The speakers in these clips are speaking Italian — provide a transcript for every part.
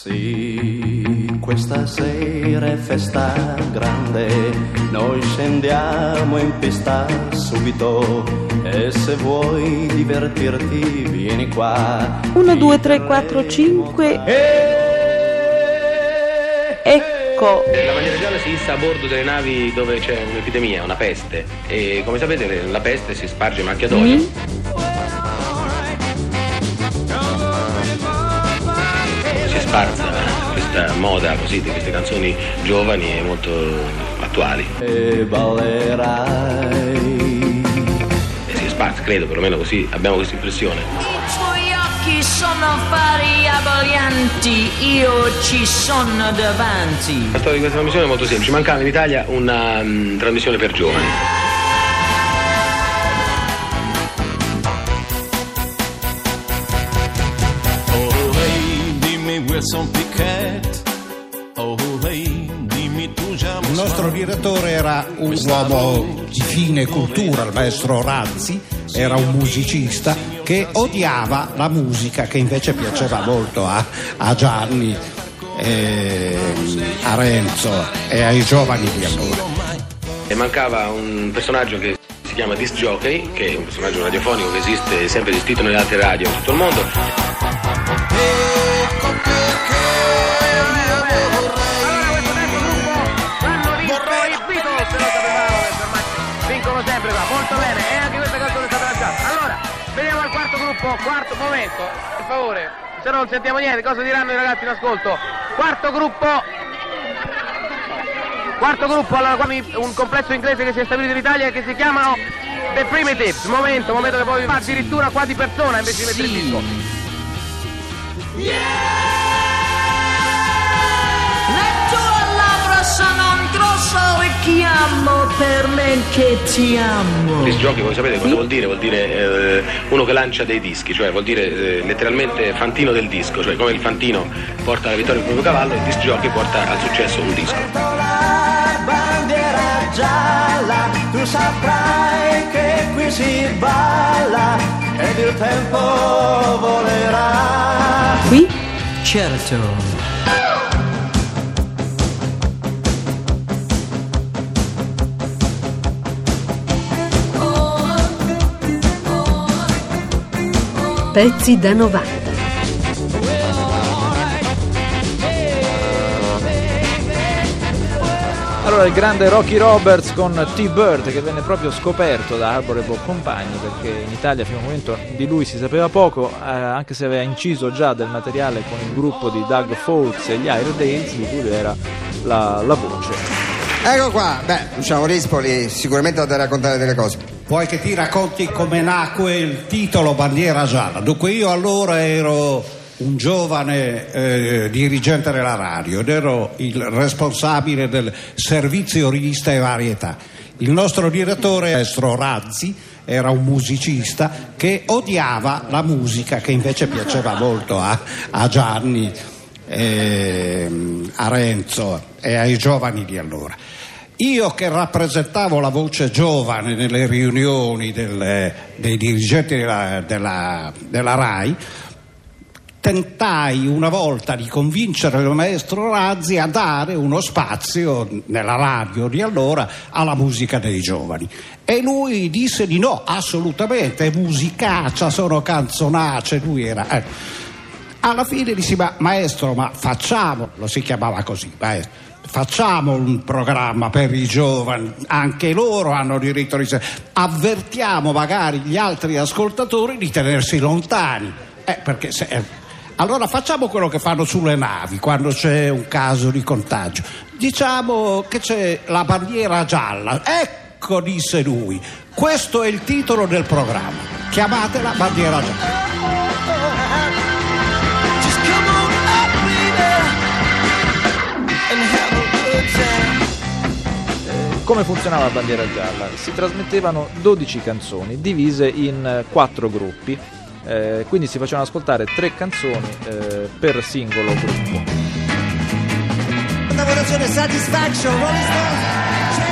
Sì, questa sera è festa grande, noi scendiamo in pista subito e se vuoi divertirti vieni qua. 1, 2, 3, 4, 5. Ecco. La bandiera gialla si issa a bordo delle navi dove c'è un'epidemia, una peste, e come sapete la peste si sparge in macchiatoio. Si è sparsa questa moda così di queste canzoni giovani e molto attuali. E ballerai. E si è sparsa, credo, perlomeno così abbiamo questa impressione. I tuoi occhi sono affari abbaglianti, io ci sono davanti. La storia di questa trasmissione è molto semplice, mancava in Italia una trasmissione per giovani. Il nostro direttore era un uomo di fine cultura, il maestro Razzi, era un musicista che odiava la musica che invece piaceva molto a Gianni, a Renzo e ai giovani di allora. E mancava un personaggio che si chiama disc jockey, che è un personaggio radiofonico che esiste, è sempre esistito nelle altre radio in tutto il mondo. Molto bene, e anche questa canzone è stata lanciata. Allora, veniamo al quarto gruppo, quarto momento, per favore, se no non sentiamo niente, cosa diranno i ragazzi in ascolto? Quarto gruppo, allora qua un complesso inglese che si è stabilito in Italia che si chiamano The Primitives. Momento che poi addirittura quasi persona invece di mettere il disco. Le tue labbra sono un grosso richiamo per me che ti amo. Disc jockey, come sapete cosa vuol dire? Vuol dire uno che lancia dei dischi, cioè vuol dire letteralmente fantino del disco, cioè come il fantino porta alla vittoria il proprio cavallo, il disc jockey porta al successo un disco. La bandiera gialla, tu saprai che qui si balla ed il tempo volerà. Qui? Certo. Pezzi da 90. Allora, il grande Rocky Roberts con T-Bird, che venne proprio scoperto da Arbor & Company, perché in Italia fino a un momento di lui si sapeva poco, anche se aveva inciso già del materiale con il gruppo di Doug Fawkes e gli Airedales, di cui lui era la voce. Ecco qua, Luciano Rispoli sicuramente ha da raccontare delle cose. Vuoi che ti racconti come nacque il titolo Bandiera Gialla? Dunque, io allora ero un giovane dirigente della radio ed ero il responsabile del servizio rivista e varietà. Il nostro direttore, maestro Razzi, era un musicista che odiava la musica che invece piaceva molto a Gianni, a Renzo e ai giovani di allora. Io che rappresentavo la voce giovane nelle riunioni dei dirigenti della RAI, tentai una volta di convincere il maestro Razzi a dare uno spazio nella radio di allora alla musica dei giovani. E lui disse di no, assolutamente, è musicaccia, sono canzonacce, lui era... Alla fine dissi, maestro, ma facciamo, lo si chiamava così, maestro, facciamo un programma per i giovani, anche loro hanno diritto di avvertiamo magari gli altri ascoltatori di tenersi lontani, perché allora facciamo quello che fanno sulle navi quando c'è un caso di contagio, diciamo che c'è la bandiera gialla, ecco, disse lui, questo è il titolo del programma, chiamatela Bandiera Gialla. Come funzionava la Bandiera Gialla? Si trasmettevano 12 canzoni divise in 4 gruppi, quindi si facevano ascoltare 3 canzoni per singolo gruppo. Lavorazione Satisfaction, Rolling Stones,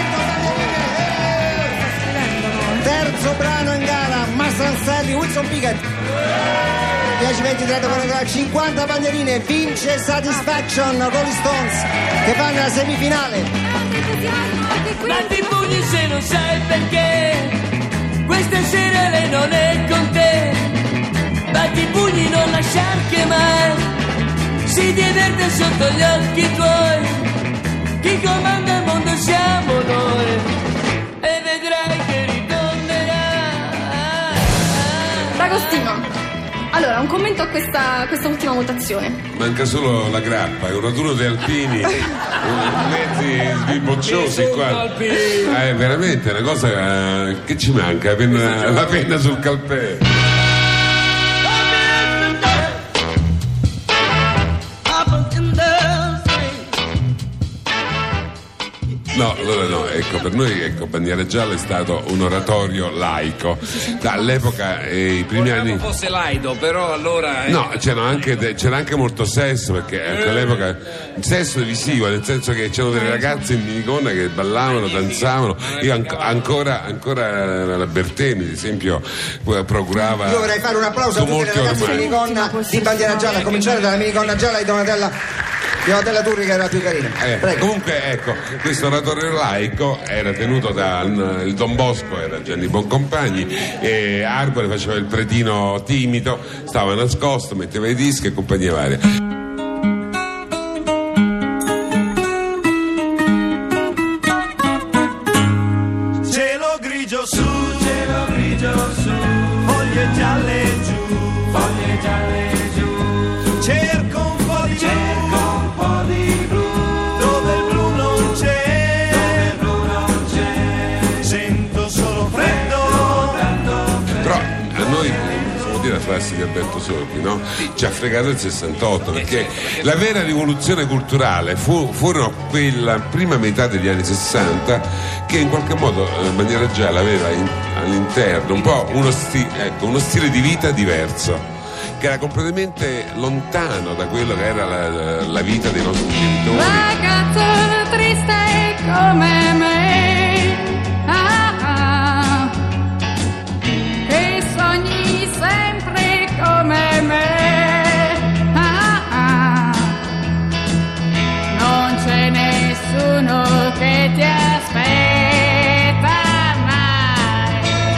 terzo brano in gara, Mastranzelli, Wilson Pickett. 10-23, 50 bandierine, vince Satisfaction, Rolling Stones, che vanno alla semifinale. Batti i pugni se non sai perché questa sera lei non è con te. Batti i pugni, non lasciar che mai si diverte sotto gli occhi tuoi. Chi comanda il mondo siamo noi e vedrai che ritornerà. D'Agostino, allora un commento a questa ultima votazione. Manca solo la grappa, è un raduno di alpini mezzi sbibocciosi qua. È veramente una cosa che ci manca, la penna sul calpè. No, allora no, ecco, per noi Bandiera Gialla è stato un oratorio laico. All'epoca, i primi anni fosse laico, però allora no, c'era anche molto sesso, perché all'epoca sesso visivo, nel senso che c'erano delle ragazze in minigonna che ballavano, danzavano. Io ancora la Berteni, ad esempio, procurava. Io vorrei fare un applauso a tutte le ragazze in minigonna di Bandiera Gialla, a cominciare dalla minigonna gialla di Donatella Turri, che era la più carina. Comunque, ecco, questo oratorio laico era tenuto il Don Bosco, era Gianni Boncompagni, e Arbore faceva il pretino timido, stava nascosto, metteva i dischi e compagnia varia. Cielo grigio su, foglie gialle giù, cerco un po' di blu, dove il blu non c'è, sento solo freddo. Però a noi, possiamo dire la frase di Alberto Sordi, no? Ci ha fregato il 68, perché la vera rivoluzione culturale furono quella prima metà degli anni 60, che in qualche modo Bandiera Gialla aveva all'interno un po' uno stile di vita diverso, che era completamente lontano da quello che era la vita dei nostri genitori. Ragazzo triste come me, che sogni sempre come me, non c'è nessuno che ti aspetta mai,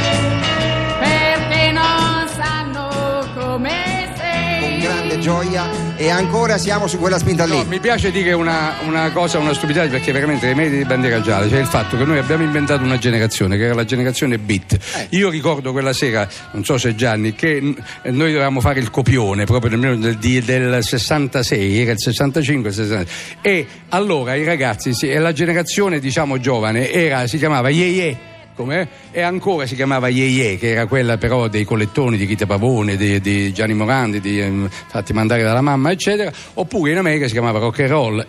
perché non sanno come grande gioia, e ancora siamo su quella spinta lì. No, mi piace dire una cosa, una stupidaggine, perché veramente nei meriti di Bandiera Gialla c'è il fatto che noi abbiamo inventato una generazione che era la generazione beat. Io ricordo quella sera, non so se Gianni, che noi dovevamo fare il copione proprio del 66, era il 65, 66. E allora i ragazzi, la generazione diciamo giovane si chiamava Ye. Com'è? E ancora si chiamava Ye, che era quella però dei collettoni di Chita Pavone, di Gianni Morandi, di fatti mandare dalla mamma, eccetera. Oppure in America si chiamava rock and roll,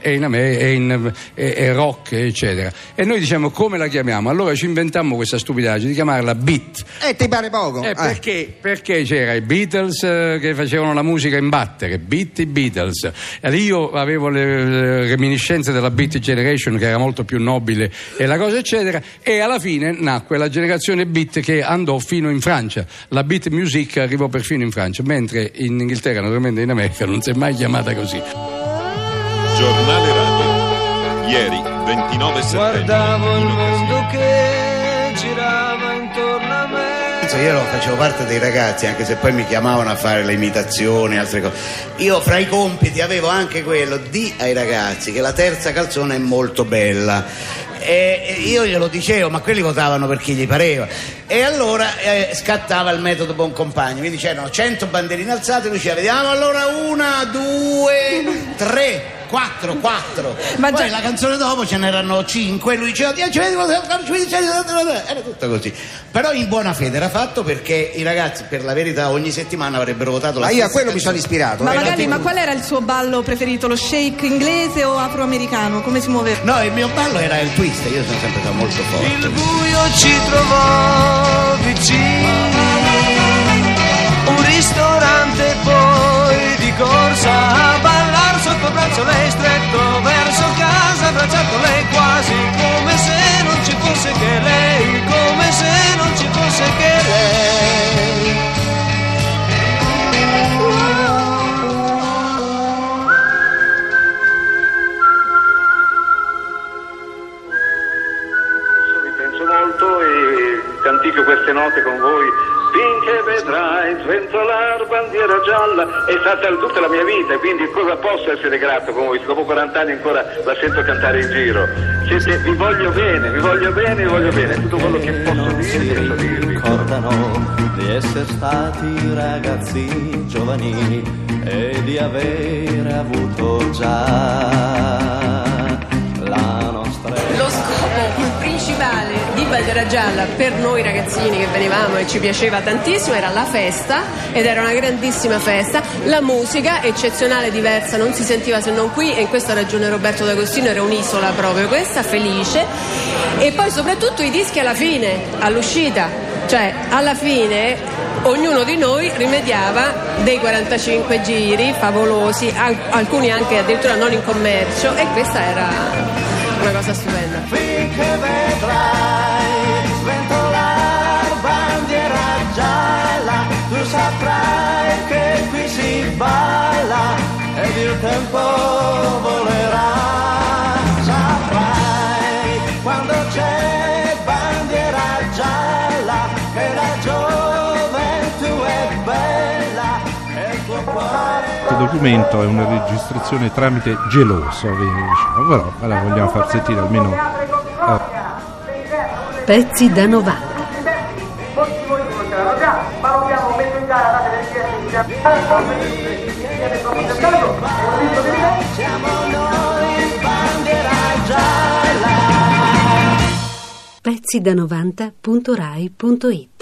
e rock, eccetera. E noi diciamo come la chiamiamo? Allora ci inventammo questa stupidaggine di chiamarla beat. E ti pare poco? Perché c'era i Beatles che facevano la musica in battere, beat i Beatles. E io avevo le reminiscenze della Beat Generation, che era molto più nobile e la cosa, eccetera. E alla fine quella generazione beat che andò fino in Francia, la beat music arrivò perfino in Francia, mentre in Inghilterra, naturalmente in America, non si è mai chiamata così. Giornale Radio, ieri 29 settembre. Guardavo il mondo che girava intorno a me. Io facevo parte dei ragazzi, anche se poi mi chiamavano a fare le imitazioni, altre cose. Io fra i compiti avevo anche quello di ai ragazzi che la terza canzone è molto bella. E io glielo dicevo, ma quelli votavano per chi gli pareva. E allora scattava il metodo Boncompagni, quindi c'erano 100 bandierine alzate, lui diceva vediamo allora 1, 2, 3, 4. Ma poi la canzone dopo ce n'erano 5 e lui diceva 10, 20, era tutto così. Però in buona fede era fatto, perché i ragazzi per la verità ogni settimana avrebbero votato la stessa. Ma io a quello mi sono ispirato. Ma magari, ma qual era il suo ballo preferito? Lo shake inglese o afroamericano? Come si muoveva? No, il mio ballo era il twist, io sono sempre stato molto forte. Il buio ci trovò vicini, un ristorante poi di corsa a ballar sotto braccio, lei stretto verso casa, abbracciato lei quasi come se non ci fosse che lei, come se non ci fosse che lei. queste note con voi, finché vedrai sventolar bandiera gialla, è stata tutta la mia vita, quindi cosa posso essere grato con voi? Dopo 40 anni ancora la sento cantare in giro. Vi voglio bene, vi voglio bene, vi voglio bene, tutto quello che posso dirvi posso dirvi. Ricordano di essere stati ragazzi giovani e di avere avuto già la nostra. Lo scopo principale di Bandiera Gialla per noi ragazzini che venivamo e ci piaceva tantissimo era la festa, ed era una grandissima festa, la musica eccezionale, diversa, non si sentiva se non qui, e in questo ha ragione Roberto D'Agostino, era un'isola proprio questa, felice, e poi soprattutto i dischi alla fine, all'uscita, cioè alla fine ognuno di noi rimediava dei 45 giri favolosi, alcuni anche addirittura non in commercio, e questa era una cosa stupenda. Finché vedrai sventolar bandiera gialla, tu saprai che qui si balla ed il tempo volerà. Saprai quando c'è bandiera gialla che la gioventù è bella e il tuo cuore. Questo documento è una registrazione tramite geloso, diciamo, però allora vogliamo far sentire almeno Pezzi da 90. Pezzi da 90.rai.it